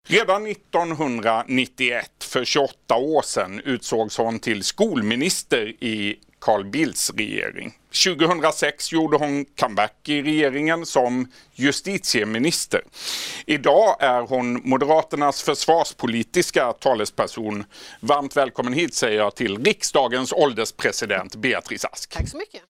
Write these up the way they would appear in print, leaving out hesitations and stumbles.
Redan 1991, för 28 år sedan, utsågs hon till skolminister i Carl Bildts regering. 2006 gjorde hon comeback i regeringen som justitieminister. Idag är hon Moderaternas försvarspolitiska talesperson. Varmt välkommen hit säger jag till riksdagens ålderspresident Beatrice Ask. Tack så mycket.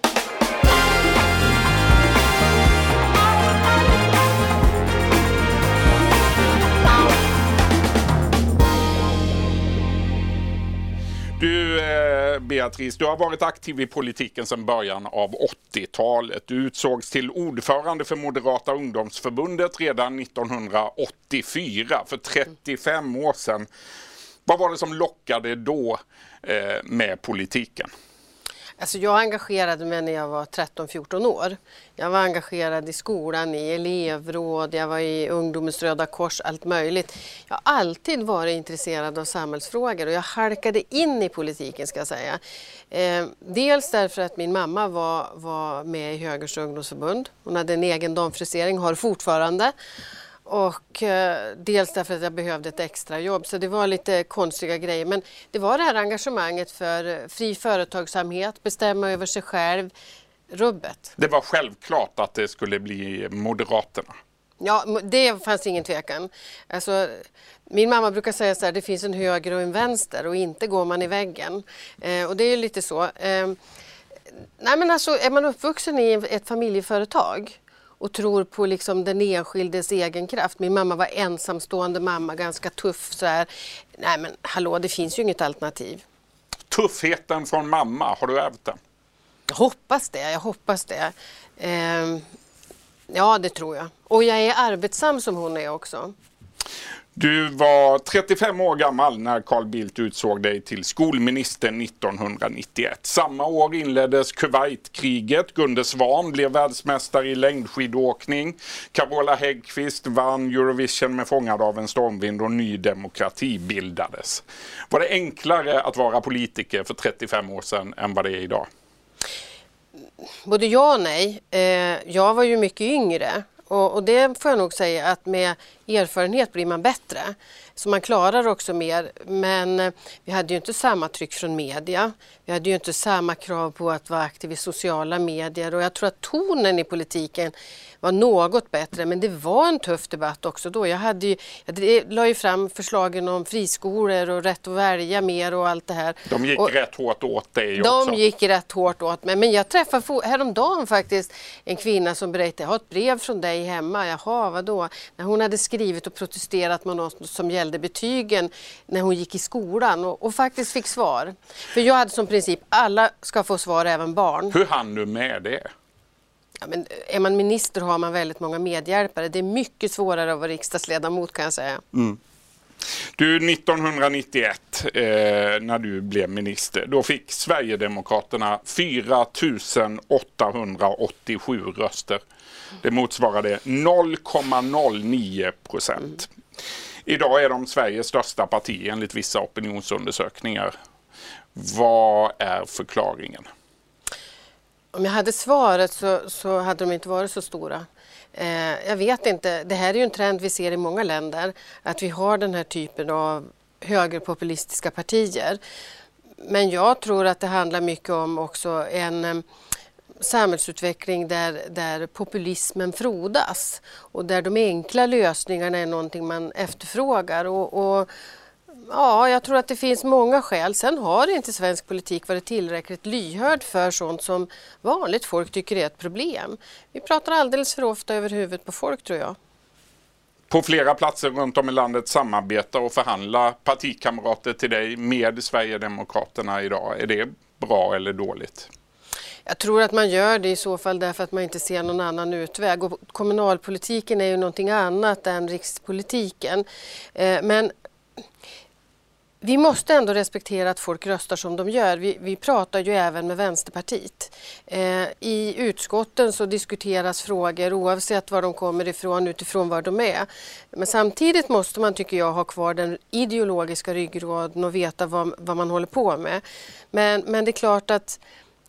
Du Beatrice, du har varit aktiv i politiken sedan början av 80-talet. Du utsågs till ordförande för Moderata ungdomsförbundet redan 1984, för 35 år sedan. Vad var det som lockade då med politiken? Alltså jag engagerade mig när jag var 13-14 år. Jag var engagerad i skolan, i elevråd, jag var i Ungdomens Röda Kors, allt möjligt. Jag har alltid varit intresserad av samhällsfrågor och jag halkade in i politiken ska jag säga. Dels därför att min mamma var med i Högers ungdomsförbund. Hon hade en egen damfrisering, har fortfarande. Och dels därför att jag behövde ett extra jobb. Så det var lite konstiga grejer. Men det var det här engagemanget för fri företagsamhet, bestämma över sig själv, rubbet. Det var självklart att det skulle bli Moderaterna. Ja, det fanns ingen tvekan. Alltså, min mamma brukar säga så här, det finns en höger och en vänster och inte går man i väggen. Och det är ju lite så. Nej men alltså, är man uppvuxen i ett familjeföretag och tror på liksom den enskildes egen kraft. Min mamma var ensamstående mamma, ganska tuff så här. Nej men hallå, det finns ju inget alternativ. Tuffheten från mamma, har du ärvt den? Jag hoppas det. Ja, det tror jag. Och jag är arbetsam som hon är också. Du var 35 år gammal när Carl Bildt utsåg dig till skolminister 1991. Samma år inleddes Kuwaitkriget. Gunde Svan blev världsmästare i längdskidåkning. Carola Häggkvist vann Eurovision med Fångad av en stormvind och Ny demokrati bildades. Var det enklare att vara politiker för 35 år sedan än vad det är idag? Både ja och nej. Jag var ju mycket yngre. Och det får jag nog säga att med erfarenhet blir man bättre. Så man klarar också mer. Men vi hade ju inte samma tryck från media. Vi hade ju inte samma krav på att vara aktiv i sociala medier. Och jag tror att tonen i politiken var något bättre. Men det var en tuff debatt också då. Jag la ju fram förslagen om friskolor och rätt att välja mer och allt det här. De gick rätt hårt åt dig också. De gick rätt hårt åt mig. Men jag träffade häromdagen faktiskt en kvinna som berättade, jag har ett brev från dig hemma. Jaha, vadå? När hon hade skrivit och protesterat med något som gällde betygen när hon gick i skolan och faktiskt fick svar. För jag hade som princip, alla ska få svar, även barn. Hur hann du med det? Ja, men är man minister har man väldigt många medhjälpare. Det är mycket svårare att vara riksdagsledamot kan jag säga. Mm. Du, 1991 när du blev minister, då fick Sverigedemokraterna 4 887 röster. Det motsvarade 0,09%. Idag är de Sveriges största parti enligt vissa opinionsundersökningar. Vad är förklaringen? Om jag hade svaret så hade de inte varit så stora. Jag vet inte. Det här är ju en trend vi ser i många länder. Att vi har den här typen av högerpopulistiska partier. Men jag tror att det handlar mycket om också en samhällsutveckling där populismen frodas. Och där de enkla lösningarna är någonting man efterfrågar. Och ja, jag tror att det finns många skäl. Sen har inte svensk politik varit tillräckligt lyhörd för sånt som vanligt folk tycker är ett problem. Vi pratar alldeles för ofta över huvudet på folk tror jag. På flera platser runt om i landet samarbetar och förhandlar partikamrater till dig med Sverigedemokraterna idag. Är det bra eller dåligt? Jag tror att man gör det i så fall därför att man inte ser någon annan utväg. Och kommunalpolitiken är ju någonting annat än rikspolitiken. Men vi måste ändå respektera att folk röstar som de gör. Vi pratar ju även med Vänsterpartiet. I utskotten så diskuteras frågor oavsett var de kommer ifrån, utifrån var de är. Men samtidigt måste man, tycker jag, ha kvar den ideologiska ryggraden och veta vad man håller på med. Men det är klart att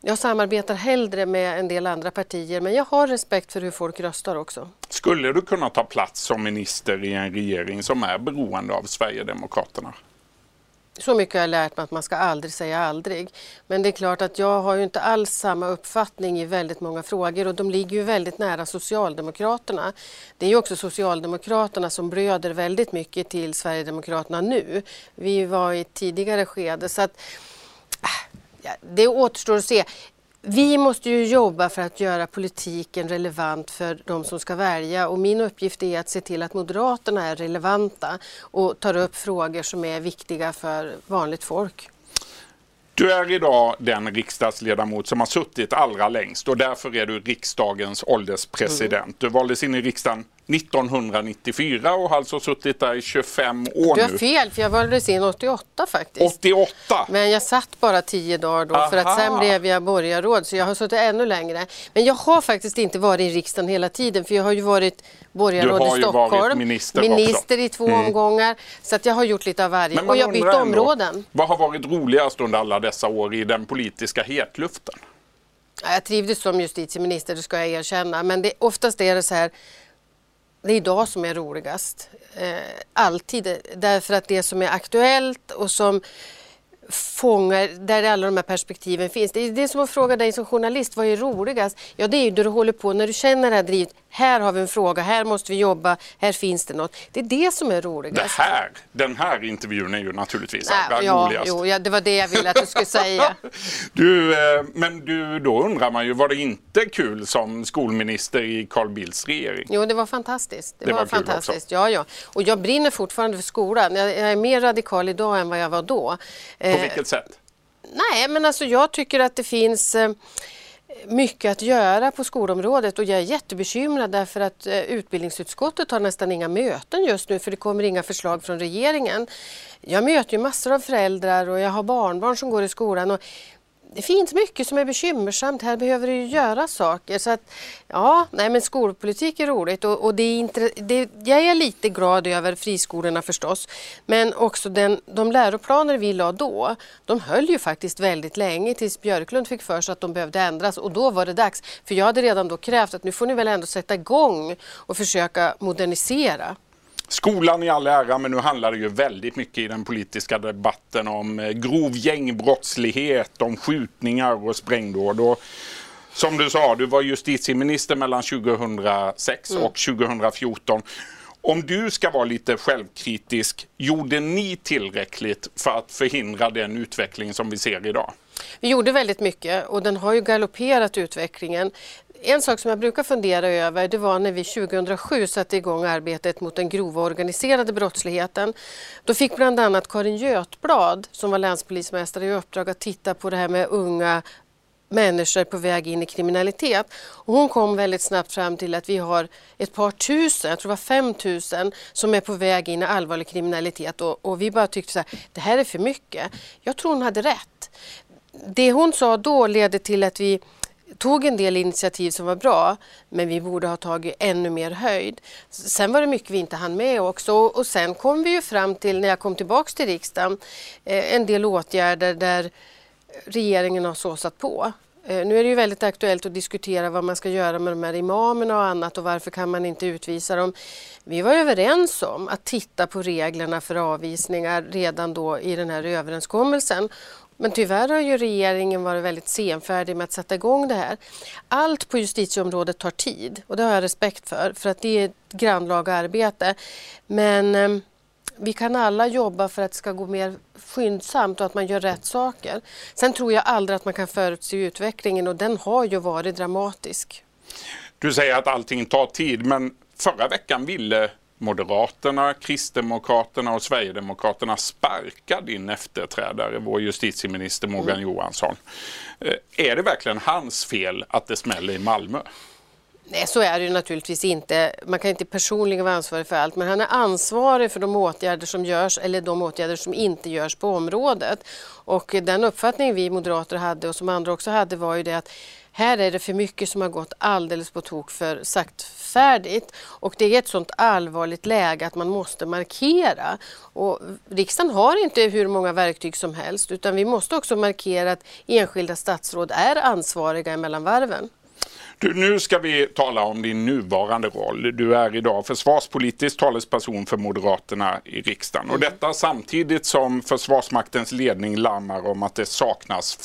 Jag samarbetar hellre med en del andra partier, men jag har respekt för hur folk röstar också. Skulle du kunna ta plats som minister i en regering som är beroende av Sverigedemokraterna? Så mycket har jag lärt mig att man ska aldrig säga aldrig. Men det är klart att jag har ju inte alls samma uppfattning i väldigt många frågor och de ligger ju väldigt nära Socialdemokraterna. Det är ju också Socialdemokraterna som blöder väldigt mycket till Sverigedemokraterna nu. Vi var i ett tidigare skede så att det återstår att se. Vi måste ju jobba för att göra politiken relevant för de som ska välja och min uppgift är att se till att Moderaterna är relevanta och tar upp frågor som är viktiga för vanligt folk. Du är idag den riksdagsledamot som har suttit allra längst och därför är du riksdagens ålderspresident. Du valdes in i riksdagen 1994 och har alltså suttit där i 25 år nu. Nu. Du har fel, för jag valdes in 88 faktiskt. 88? Men jag satt bara 10 dagar då för att sen blev jag borgarråd så jag har suttit ännu längre. Men jag har faktiskt inte varit i riksdagen hela tiden för jag har ju varit borgarråd i Stockholm. Varit minister i 2 omgångar så att jag har gjort lite av varje. Och jag bytt områden. Vad har varit roligast under alla dessa år i den politiska hetluften? Jag trivdes som justitieminister, det ska jag erkänna. Men oftast är det så här. Det är idag som är roligast. Alltid. Därför att det som är aktuellt och som fångar, där alla de här perspektiven finns. Det är det som att fråga dig som journalist, vad är roligast? Ja, det är ju där du håller på, när du känner det här drivet. Här har vi en fråga, här måste vi jobba, här finns det något. Det är det som är roligast. Den här intervjun är ju naturligtvis roligast. Ja, det var det jag ville att du skulle säga. Då undrar man ju, var det inte kul som skolminister i Carl Bildts regering? Jo, det var fantastiskt. Det var fantastiskt. Ja. Och jag brinner fortfarande för skolan. Jag är mer radikal idag än vad jag var då. På vilket sätt? Nej, men alltså jag tycker att det finns mycket att göra på skolområdet och jag är jättebekymrad därför att utbildningsutskottet har nästan inga möten just nu för det kommer inga förslag från regeringen. Jag möter ju massor av föräldrar och jag har barnbarn som går i skolan och det finns mycket som är bekymmersamt. Här behöver det ju göra saker. Så att, men skolpolitik är roligt och jag är lite glad över friskolorna förstås. Men också de läroplaner vi la då, de höll ju faktiskt väldigt länge tills Björklund fick för sig att de behövde ändras. Och då var det dags. För jag hade redan då krävt att nu får ni väl ändå sätta igång och försöka modernisera. Skolan i all ära, men nu handlar det ju väldigt mycket i den politiska debatten om grov gängbrottslighet, om skjutningar och sprängdåd. Och som du sa, du var justitieminister mellan 2006 och 2014. Om du ska vara lite självkritisk, gjorde ni tillräckligt för att förhindra den utveckling som vi ser idag? Vi gjorde väldigt mycket och den har ju galopperat utvecklingen. En sak som jag brukar fundera över det var när vi 2007 satte igång arbetet mot den grova organiserade brottsligheten. Då fick bland annat Karin Götblad som var länspolismästare i uppdrag att titta på det här med unga människor på väg in i kriminalitet. Och hon kom väldigt snabbt fram till att vi har ett par tusen, jag tror det var 5000 som är på väg in i allvarlig kriminalitet och vi bara tyckte så här, det här är för mycket. Jag tror hon hade rätt. Det hon sa då ledde till att vi tog en del initiativ som var bra men vi borde ha tagit ännu mer höjd. Sen var det mycket vi inte hann med också och sen kom vi ju fram till när jag kom tillbaka till riksdagen en del åtgärder där regeringen har såsat på. Nu är det ju väldigt aktuellt att diskutera vad man ska göra med de här imamerna och annat och varför kan man inte utvisa dem. Vi var överens om att titta på reglerna för avvisningar redan då i den här överenskommelsen. Men tyvärr har ju regeringen varit väldigt senfärdig med att sätta igång det här. Allt på justitieområdet tar tid och det har jag respekt för att det är ett grannlaga arbete. Men vi kan alla jobba för att det ska gå mer skyndsamt och att man gör rätt saker. Sen tror jag aldrig att man kan förutse utvecklingen och den har ju varit dramatisk. Du säger att allting tar tid men förra veckan ville Moderaterna, Kristdemokraterna och Sverigedemokraterna sparka din efterträdare, vår justitieminister Morgan Johansson. Är det verkligen hans fel att det smäller i Malmö? Nej, så är det ju naturligtvis inte. Man kan inte personligen vara ansvarig för allt, men han är ansvarig för de åtgärder som görs eller de åtgärder som inte görs på området. Och den uppfattning vi moderater hade och som andra också hade var ju det att Här är det för mycket som har gått alldeles på tok för saktfärdigt. Och det är ett sånt allvarligt läge att man måste markera. Och riksdagen har inte hur många verktyg som helst, utan vi måste också markera att enskilda statsråd är ansvariga mellan varven. Nu ska vi tala om din nuvarande roll. Du är idag försvarspolitisk talesperson för Moderaterna i riksdagen. Och detta samtidigt som Försvarsmaktens ledning larmar om att det saknas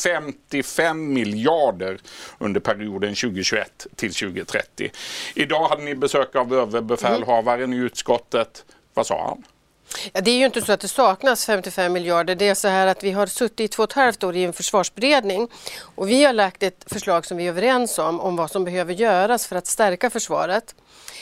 55 miljarder under perioden 2021 till 2030. Idag hade ni besök av överbefälhavaren i utskottet. Vad sa han? Ja, det är ju inte så att det saknas 55 miljarder. Det är så här att vi har suttit i 2,5 år i en försvarsberedning och vi har lagt ett förslag som vi är överens om vad som behöver göras för att stärka försvaret.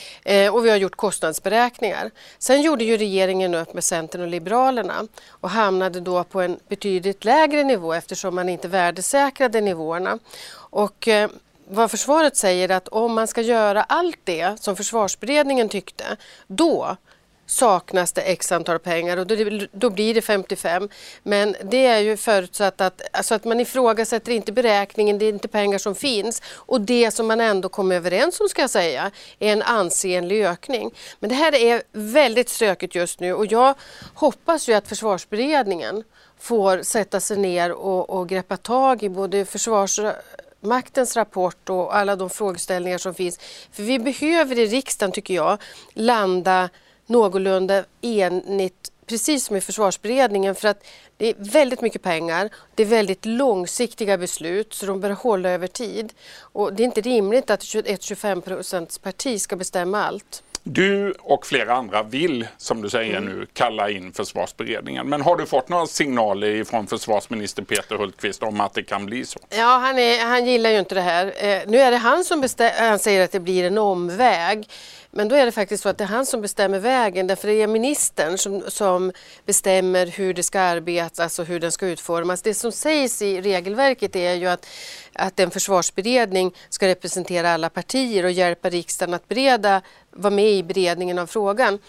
Och vi har gjort kostnadsberäkningar. Sen gjorde ju regeringen upp med Centern och Liberalerna och hamnade då på en betydligt lägre nivå eftersom man inte värdesäkrade nivåerna. Och vad försvaret säger är att om man ska göra allt det som försvarsberedningen tyckte, då saknas det x antal pengar och då blir det 55. Men det är ju förutsatt att man ifrågasätter inte beräkningen, det är inte pengar som finns. Och det som man ändå kommer överens om, ska jag säga, är en ansenlig ökning. Men det här är väldigt stökigt just nu och jag hoppas ju att försvarsberedningen får sätta sig ner och greppa tag i både Försvarsmaktens rapport och alla de frågeställningar som finns. För vi behöver i riksdagen, tycker jag, landa någorlunda enigt, precis som i försvarsberedningen, för att det är väldigt mycket pengar, det är väldigt långsiktiga beslut så de bör hålla över tid. Och det är inte rimligt att ett 25% parti ska bestämma allt. Du och flera andra vill, som du säger nu, kalla in försvarsberedningen. Men har du fått några signaler från försvarsminister Peter Hultqvist om att det kan bli så? Ja, han gillar ju inte det här. Nu är det han som han säger att det blir en omväg. Men då är det faktiskt så att det är han som bestämmer vägen. Därför det är ministern som bestämmer hur det ska arbetas och hur den ska utformas. Det som sägs i regelverket är ju att en försvarsberedning ska representera alla partier och hjälpa riksdagen att vara med i beredningen av frågan.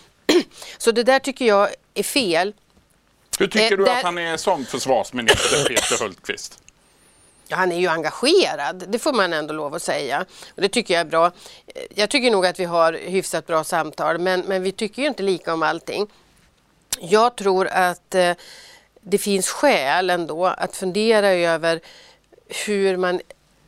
Så det där tycker jag är fel. Hur tycker du att han är som försvarsminister, Peter Hultqvist? Ja, han är ju engagerad, det får man ändå lov att säga. Och det tycker jag är bra. Jag tycker nog att vi har hyfsat bra samtal, men vi tycker ju inte lika om allting. Jag tror att det finns skäl ändå att fundera över hur man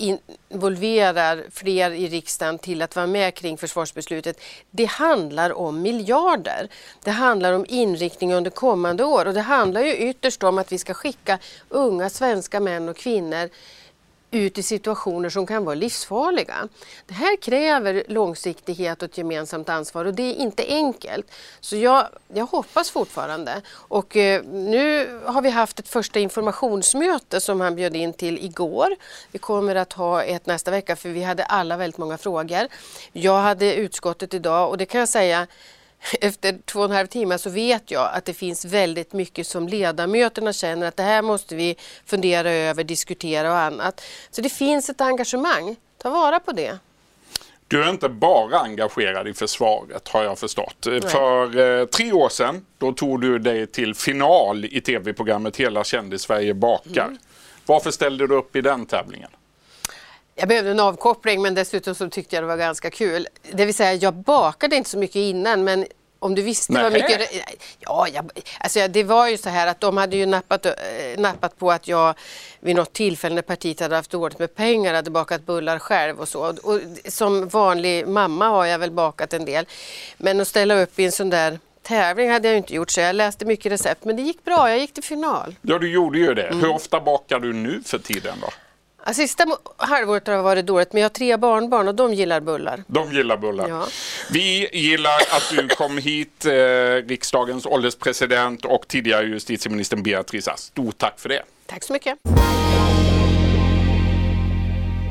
involverar fler i riksdagen till att vara med kring försvarsbeslutet. Det handlar om miljarder. Det handlar om inriktning under kommande år och det handlar ju ytterst om att vi ska skicka unga svenska män och kvinnor ut i situationer som kan vara livsfarliga. Det här kräver långsiktighet och ett gemensamt ansvar och det är inte enkelt. Så jag hoppas fortfarande. Och nu har vi haft ett första informationsmöte som han bjöd in till igår. Vi kommer att ha ett nästa vecka för vi hade alla väldigt många frågor. Jag hade utskottet idag och det kan jag säga, efter 2,5 timmar så vet jag att det finns väldigt mycket som ledamöterna känner att det här måste vi fundera över, diskutera och annat. Så det finns ett engagemang. Ta vara på det. Du är inte bara engagerad i försvaret, har jag förstått. Nej. För 3 år sedan då tog du dig till final i tv-programmet Hela kändis-Sverige bakar. Varför ställde du upp i den tävlingen? Jag behövde en avkoppling men dessutom så tyckte jag det var ganska kul. Det vill säga jag bakade inte så mycket innan men om du visste vad mycket... Ja, det var ju så här att de hade ju nappat på att jag vid något tillfälle när partiet hade haft dåligt med pengar hade bakat bullar själv och så. Och som vanlig mamma har jag väl bakat en del. Men att ställa upp i en sån där tävling hade jag inte gjort så jag läste mycket recept men det gick bra, jag gick till final. Ja, du gjorde ju det. Hur ofta bakar du nu för tiden då? Sista halvåret har varit dåligt men jag har 3 barnbarn och de gillar bullar. De gillar bullar. Ja. Vi gillar att du kom hit, riksdagens ålderspresident och tidigare justitieministern Beatrice Ask. Stort tack för det. Tack så mycket.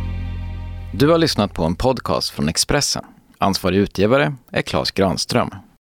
Du har lyssnat på en podcast från Expressen. Ansvarig utgivare är Claes Granström.